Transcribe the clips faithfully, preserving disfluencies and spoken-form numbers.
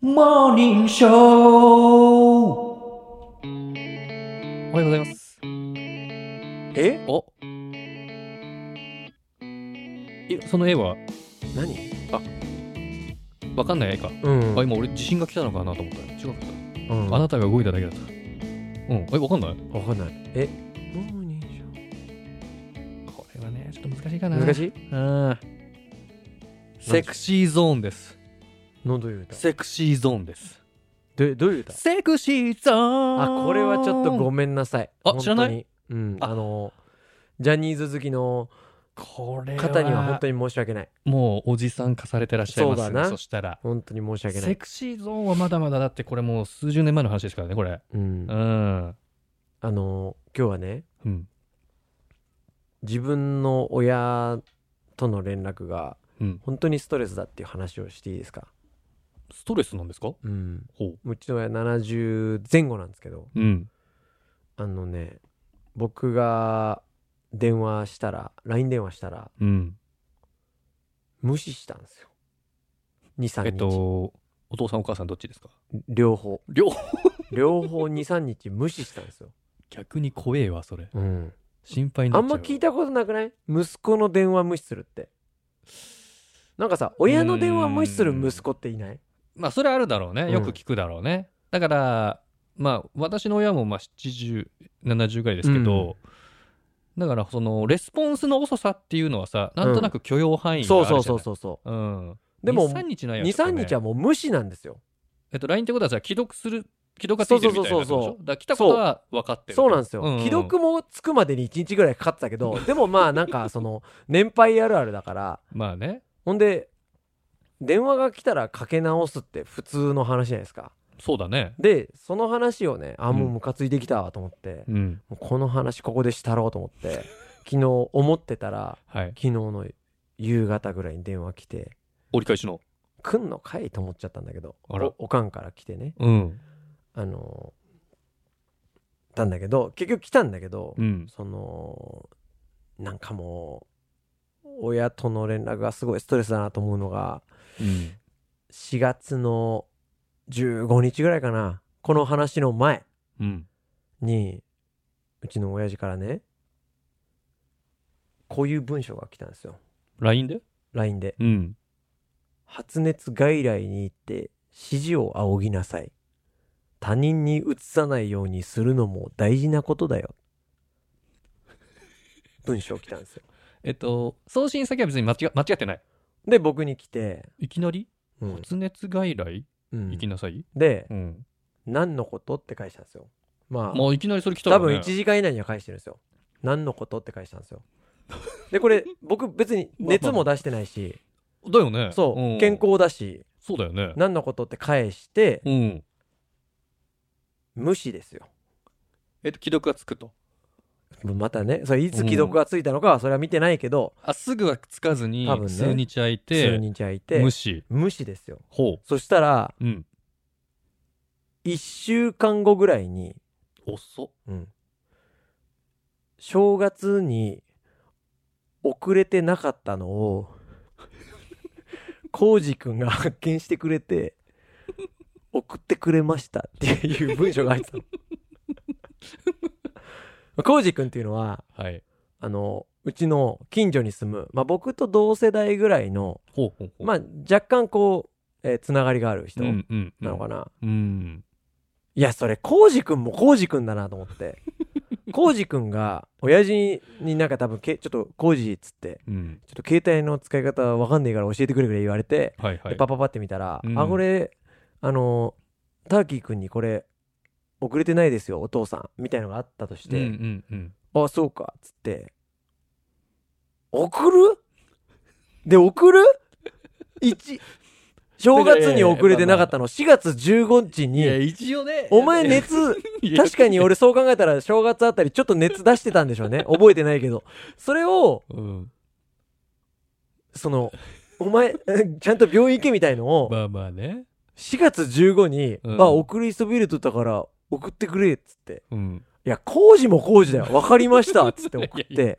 モーニングショー。おはようございます。 えおえその絵は何わかんない絵か、 うんあ、今俺地震が来たのかなと思ったら違うかった、 うんあなたが動いただけだった。うんえわかんない。 わかんないえモーニングシこれはねちょっと難しいかな。 ョー難しいうんセクシーゾーンです。 のどういう歌セクシーゾーンです。 どどういう歌セクシーゾーン。 あこれはちょっとごめんなさいあ知らない。 うんああのジャニーズ好きのこれは方には本当に申し訳ない。 もうおじさん化されてらっしゃいます。 そうだなそしたら本当に申し訳ない。 セクシーゾーンはまだまだだってこれもう数十年前の話ですからねこれ。 うんうんあの今日はねうん自分の親との連絡がうん本当にストレスだっていう話をしていいですか？ ストレスなんですか。 うんほうちの親ななじゅうぜん後なんですけど、 ううんあのね僕が電話したら ライン 電話したらうん無視したんですよ。にさんにち、 えっとお父さんお母さんどっちですか。 両方両方両方にさんにち無視したんですよ。 逆に怖えわそれ。 うん心配になっちゃう。 あんま聞いたことなくない？息子の電話無視するって。なんかさ親の電話無視する息子っていない？ まあそれあるだろうね。 うんよく聞くだろうね、だからまあ私の親もまあななじゅう、ななじゅうぐらいですけど、だからそのレスポンスの遅さっていうのはさなんとなく許容範囲があるじゃない。 そうそうそうそうそううんでもにさんにちの間にさんにちはもう無視なんですよ。 えっと ライン ってことはさ既読する既読がついてるみたいなことでしょ。 そうそうそうそうだから来たことは分かってると。 そうなんですよ、 うんうん既読もつくまでにいちにちぐらいかかってたけどでもまあなんかその年配あるあるだからまあねほんで電話が来たらかけ直すって普通の話じゃないですか。 そうだね。 でその話をねあもうムカついてきたわと思って、 うんもうこの話ここでしたろうと思って昨日思ってたらはい昨日の夕方ぐらいに電話来て折り返しの来んのかいと思っちゃったんだけどあらおおかんから来てねうんあのたんだけど結局来たんだけど、 うんそのなんかもう親との連絡がすごいストレスだなと思うのがうんしがつのじゅうごにちぐらいかなこの話の前うんにうちの親父からねこういう文章が来たんですよ。 ライン でライン でうん発熱外来に行って指示を仰ぎなさい。他人にうつさないようにするのも大事なことだよ。文章来たんですよ。 えっと送信先は別に間違間違ってない。 で僕に来て、 いきなりうん発熱外来うん行きなさい。 でうん何のことって返したんですよ。まあもういきなりそれ来たらね。 多分いちじかん以内には返してるんですよ。何のことって返したんですよ。でこれ僕別に熱も出してないし、 だよね。 そう、 ん健康だしそうだよね。 何のことって返してうん無視ですよ。 えっと既読がつくと。 またねそれいつ既読がついたのかはそれは見てないけど、 あすぐはつかずに多分ね数日空い数て日空いて無視。 無視ですよ。 ほそしたらう。うんいっしゅうかんごぐらいに、 遅っ。 うん、正月に遅れてなかったのをコウジ君が発見してくれて送ってくれましたっていう文章が入ってたの。コウジ君っていうのははい。 あのうちの近所に住む、まあ、僕と同世代ぐらいの、 ほうほうほう。 まあ、若干こう、えーつながりがある人うんうんなのかな、 うんいやそれコウジ君もコウジ君だなと思ってコウジ君が親父になんか多分けちょっとコウジっつってうんちょっと携帯の使い方わかんねえから教えてくれくれ言われて、 はいはい。 でパパパって見たら、 うんあこれあのターキー君にこれ遅れてないですよお父さんみたいのがあったとしうんうて、 んうんあそうかっつって送るで送る一正月に遅れてなかったのしがつじゅうごにちいやに一応ね。 お前熱いや確かに俺そう考えたら正月あたりちょっと熱出してたんでしょうね覚えてないけどそれをうんそのお前ちゃんと病院行けみたいのをまあまあね。 しがつじゅうごに、 うんあ送り急びるとったから送ってくれっつってうんいや工事も工事だよ分かりましたっつって送っていやい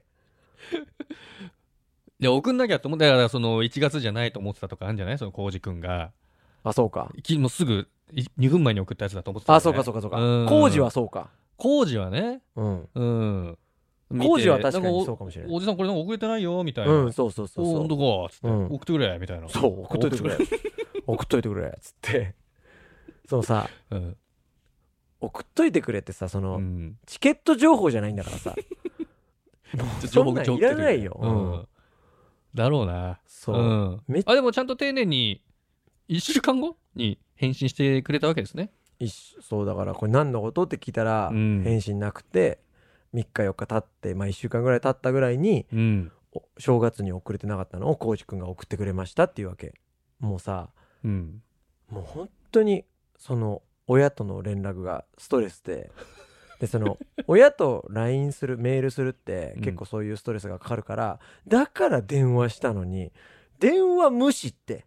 いや送んなきゃと思ってだからそのいちがつじゃないと思ってたとかあるんじゃないその浩司君が。 あ、そうか。 きもうすぐいにふんまえに送ったやつだと思ってた、ね。 あ、そうかそうかそうか。 うん工事はそうか。 工事はね。 うん。 うん。 工事は確かに見てそうかもしれない。 おおじさんこれなんか送れてないよみたいな。 うん、そうそうそうおそう。 ほんとかつって、 うん送ってくれみたいな。 そう、送っといてくれ。送っといてくれ。つって。そのさ、 うん。 送っといてくれってさ、その、 うん。 チケット情報じゃないんだからさ。もうそんなんいらないよ。 ううんん。だろうな。 そうう。 ん。 めっあ、でもちゃんと丁寧に、いっしゅうかんごに返信してくれたわけですね。 一緒そうだからこれ何のことって聞いたら、 うん返信なくてみっかよっか経ってまあいっしゅうかんぐらい経ったぐらいにうん。 お正月に送れてなかったのをコウジ君が送ってくれましたっていうわけ。もうさ、 うん。 もう本当にその親との連絡がストレスででその親と ライン するメールするって結構そういうストレスがかかるから、だから電話したのに電話無視って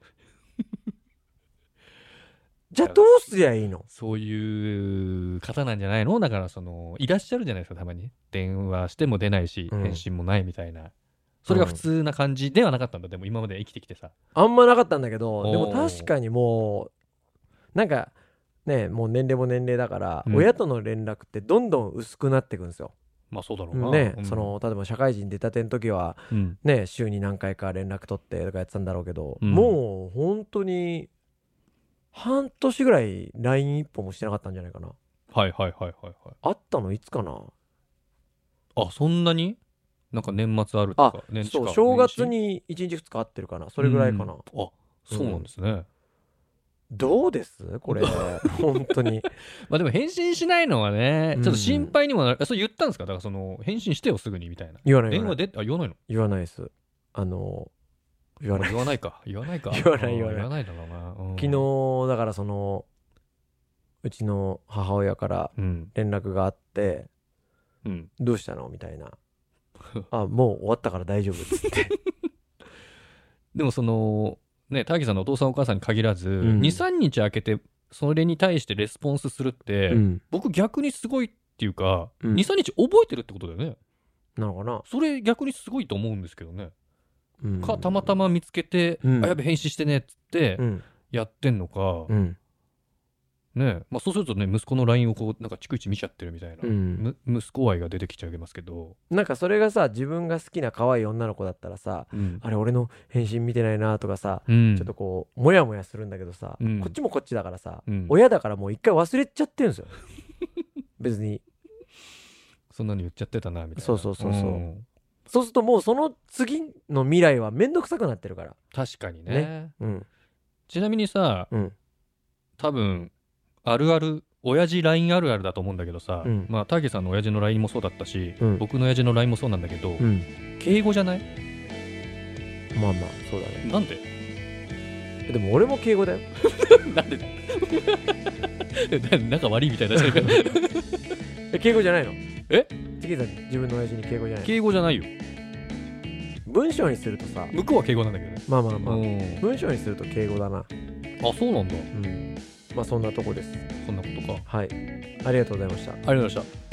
じゃあどうすりゃいいの。 そういう方なんじゃないの？だからそのいらっしゃるじゃないですか、たまに電話しても出ないし、 うん返信もないみたいな。それが普通な感じではなかったんだ。でも今まで生きてきてさ。 あんまなかったんだけど、 おーでも確かにもうなんかね、もう年齢も年齢だから、 うん親との連絡ってどんどん薄くなっていくんですよ。 まあそうだろうな。 ね、 うんその例えば社会人出たての時はうん。 ね、週に何回か連絡取ってとかやってたんだろうけど、 うんもう本当に半年ぐらい ライン 一本もしてなかったんじゃないかな。 はいはいはいはいはい。 あったのいつかな。 あ、そんなになんか年末あるとあか、年始かそう、正月年にいちにちふつか会ってるかな。それぐらいかな。 うんあ、そうなんですね。 どうですこれ本当に。 まあでも返信しないのはね、 うんちょっと心配にもなる。あ、それ言ったんですか？だからその返信してよすぐにみたいな。 言わない言わない電話で、あ、言わないの？ 言わないです。あの言わない。 言わないか。言わないか。 言わない言わない言わないだろうな。うん昨日だからそのうちの母親からうん。 連絡があってうん。 どうしたのみたいな。あ、もう終わったから大丈夫っつってでもその、ね、ターキさんのお父さんお母さんに限らず、 んに、さんにち空けて、それに対してレスポンスするって、 うん僕逆にすごいっていうか、 うんに、さんにち覚えてるってことだよね。 なのかな、 それ逆にすごいと思うんですけどね。 うん、 か、たまたま見つけて、 うんあ、やべ、返信してねっつってう、んやってんのか、 うんね、まあそうするとね、息子の ライン をこう、なんか逐一見ちゃってるみたいな、 うんむ息子愛が出てきちゃいますけど、 なんかそれがさ自分が好きな可愛い女の子だったらさうん。 あれ俺の返信見てないなとかさ、 うんちょっとこうモヤモヤするんだけどさ、 うんこっちもこっちだからさ、 うん親だからもう一回忘れちゃってるんですよ別に。 そんなの言っちゃってたな、みたいな。 そうそうそうそうんそうするともうその次の未来はめんどくさくなってるから確かにね。 ねうんちなみにさ、 うん多分、あるある、親父 ライン あるあるだと思うんだけどさ、 うんまあ、ターゲさんの親父の ライン もそうだったし、 うん僕の親父の ライン もそうなんだけど、 うん敬語じゃない？ まあまあそうだね。 なんででも俺も敬語だよなんでだ仲悪いみたいになっちゃうけどえ敬語じゃないの？ えチキさん自分の親父に敬語じゃないの？ 敬語じゃないよ。 文章にするとさ向こうは敬語なんだけどね。 まあまあまあうん文章にすると敬語だな。 あ、そうなんだ。 うんまあそんなとこです。 そんなことか。 はいありがとうございました。 ありがとうございました。